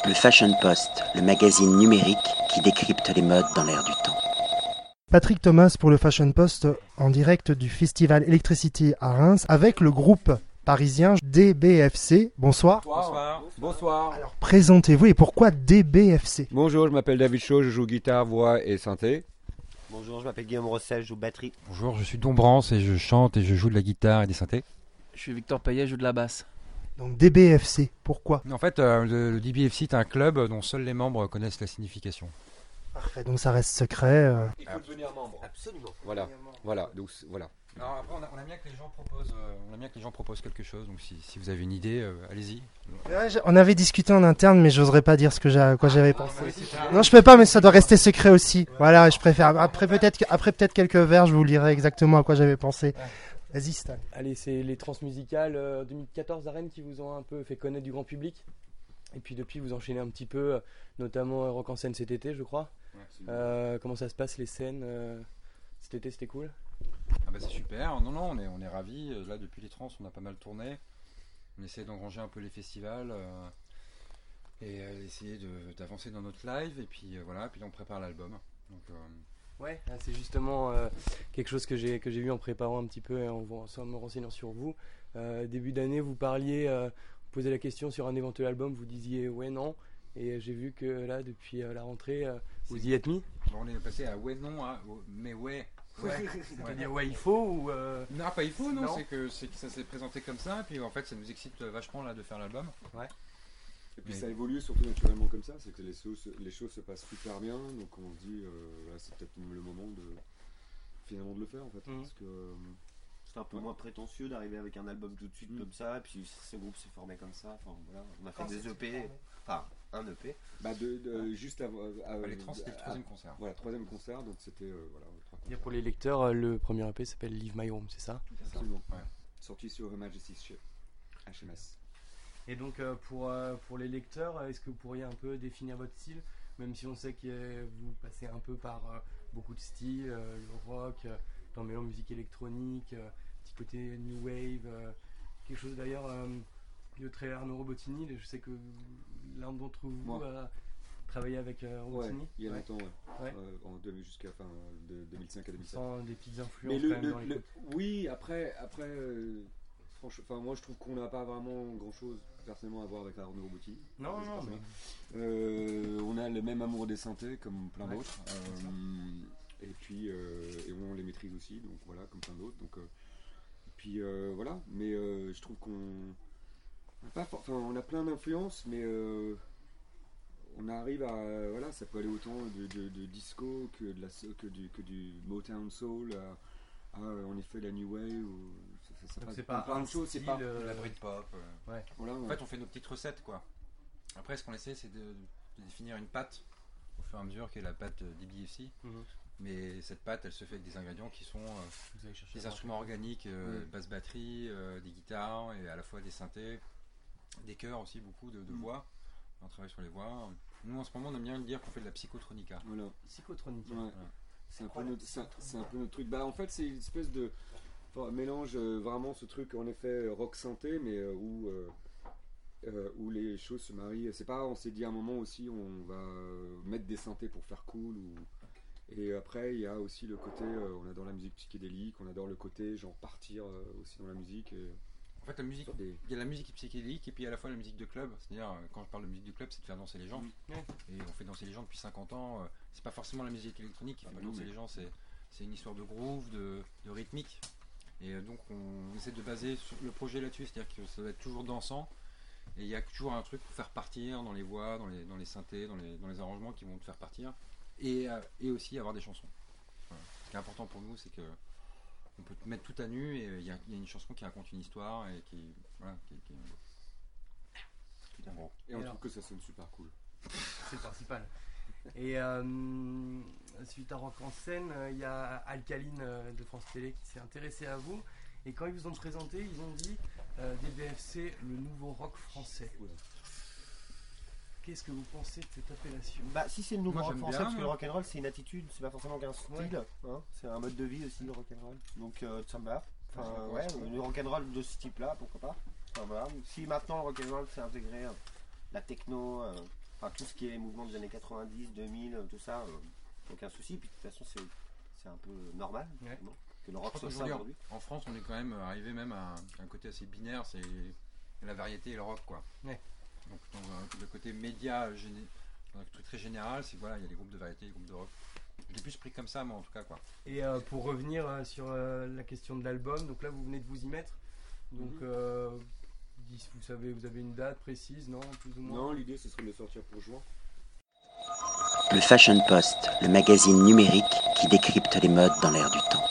Le Fashion Post, le magazine numérique qui décrypte les modes dans l'air du temps. Patrick Thomas pour le Fashion Post en direct du festival Electricity à Reims avec le groupe parisien DBFC. Bonsoir. Bonsoir. Bonsoir. Alors présentez-vous et pourquoi DBFC? Bonjour, je m'appelle David Chaud, je joue guitare, voix et synthé. Bonjour, je m'appelle Guillaume Rossel, je joue batterie. Bonjour, je suis Dombrance et je chante et je joue de la guitare et des synthés. Je suis Victor Payet, je joue de la basse. Donc DBFC, pourquoi? En fait, le DBFC est un club dont seuls les membres connaissent la signification. Parfait, donc ça reste secret. Il faut devenir membre. Absolument. Voilà. Donc, voilà. Alors après, on aime bien que les gens proposent, quelque chose. Donc si vous avez une idée, allez-y. On avait discuté en interne, mais j'oserais pas dire à quoi j'avais pensé. Non, je peux pas, mais ça doit rester secret aussi. Voilà, je préfère. Après peut-être quelques vers, je vous lirai exactement à quoi j'avais pensé. Vas-y, Stan. Allez, c'est les Transmusicales 2014 à Rennes qui vous ont un peu fait connaître du grand public. Et puis depuis, vous enchaînez un petit peu, notamment Rock en scène cet été, je crois. Comment ça se passe les scènes cet été, c'était cool? Ah bah c'est super. Non, on est ravis. Là, depuis les trans, on a pas mal tourné. On essaie d'engranger un peu les festivals et essayer d'avancer dans notre live. Et puis voilà. Puis là, on prépare l'album. Donc Ouais, c'est justement quelque chose que j'ai vu en préparant un petit peu et en me renseignant sur vous. Début d'année, vous parliez, vous posez la question sur un éventuel album, vous disiez ouais, non. Et j'ai vu que là, depuis la rentrée, vous y êtes mis. bon, on est passé à ouais, non, hein, mais ouais. C'est-à-dire ouais, il faut ou Non, pas il faut, non. Non. C'est que ça s'est présenté comme ça. Et puis en fait, ça nous excite vachement là de faire l'album. Et puis ça évolue surtout naturellement comme ça, c'est que les choses se passent super bien, donc on se dit voilà, c'est peut-être le moment finalement de le faire en fait. Parce que, C'est un peu moins prétentieux d'arriver avec un album tout de suite comme ça, et puis ce groupe s'est formé comme ça. Enfin, voilà. On a fait des EP, enfin un EP. juste avant. Les trans, c'était le troisième concert. Voilà, troisième concert, donc c'était voilà, trois Et concerts. pour les lecteurs, le premier EP s'appelle Leave My Home, c'est ça? Absolument. Ouais. Sorti sur Her Majesty's Ship, HMS. Et donc pour les lecteurs, est-ce que vous pourriez un peu définir votre style, même si on sait que vous passez un peu par beaucoup de styles, le rock, dans la musique électronique, petit côté new wave, quelque chose d'ailleurs de très Arnaud Robotini. Je sais que l'un d'entre vous a travaillé avec Robotini. Ouais, il y a longtemps, Ouais. jusqu'à fin de 2005 à 2007. Sans des petites influences Mais quand même dans l'écoute. oui, après franchement, moi je trouve qu'on n'a pas vraiment grand chose personnellement à voir avec Arnaud Robotini. Non, mais... On a le même amour des synthés comme plein d'autres. Et puis et on les maîtrise aussi, donc voilà, comme plein d'autres. Donc puis voilà, mais je trouve on a plein d'influences, mais on arrive à voilà, ça peut aller autant de disco que du Motown Soul à en effet la New Wave ou ça Donc passe c'est par pas plein un de choses, c'est style, pas La Britpop. Ouais. voilà, En fait, on fait nos petites recettes, quoi. Après, ce qu'on essaie, c'est de définir une pâte au fur et à mesure, qui est la pâte DBFC. Mais cette pâte, elle se fait avec des ingrédients qui sont Vous allez chercher des instruments organiques, basse batterie, des guitares et à la fois des synthés, des chœurs aussi, beaucoup de voix. On travaille sur les voix. Nous, en ce moment, on aime bien dire qu'on fait de la psychotronica. voilà. Psychotronique. Ouais. C'est un peu notre truc. Bah en fait c'est une espèce de mélange vraiment ce truc en effet rock synthé, mais où les choses se marient. C'est pas, on s'est dit à un moment aussi on va mettre des synthés pour faire cool et après il y a aussi le côté on adore la musique psychédélique, on adore le côté genre partir aussi dans la musique. En fait, la musique, il y a la musique psychédélique et puis à la fois la musique de club. C'est-à-dire, quand je parle de musique de club, c'est de faire danser les gens. Et on fait danser les gens depuis 50 ans. C'est pas forcément la musique électronique qui fait danser les gens, c'est une histoire de groove, de rythmique. Et donc, on essaie de baser le projet là-dessus, c'est-à-dire que ça va être toujours dansant. Et il y a toujours un truc pour faire partir dans les voix, dans les synthés, dans les arrangements qui vont te faire partir. Et aussi avoir des chansons. Voilà. Ce qui est important pour nous, c'est que on peut te mettre tout à nu et il y a une chanson qui raconte une histoire et qui en gros. Et on trouve que ça sonne super cool. C'est le principal. Et suite à Rock en scène, il y a Alcaline de France Télé qui s'est intéressé à vous. Et quand ils vous ont présenté, ils ont dit DBFC, le nouveau rock français. Ouais. Qu'est-ce que vous pensez de cette appellation? Bah si c'est le nouveau Moi, rock j'aime français, bien, parce que le moi. rock'n'roll c'est une attitude, c'est pas forcément qu'un style, hein, c'est un mode de vie aussi le rock'n'roll. Donc ça me va. Enfin ouais, le rock'n'roll de ce type là, pourquoi pas. Enfin voilà. Si maintenant le rock'n'roll c'est intégré la techno, enfin, tout ce qui est mouvement des années 90, 2000, tout ça, aucun souci. Puis de toute façon, c'est un peu normal que le rock soit ça aujourd'hui. En France, on est quand même arrivé même à un côté assez binaire, c'est la variété et le rock, quoi. Ouais. Donc dans le côté média, dans un truc très général, c'est voilà, il y a les groupes de variété, les groupes de rock. Je l'ai plus pris comme ça, moi, en tout cas, quoi. Et pour revenir sur la question de l'album, donc là vous venez de vous y mettre. Donc vous avez une date précise, non, plus ou moins? Non, l'idée ce serait de le sortir pour juin. Le Fashion Post, le magazine numérique qui décrypte les modes dans l'air du temps.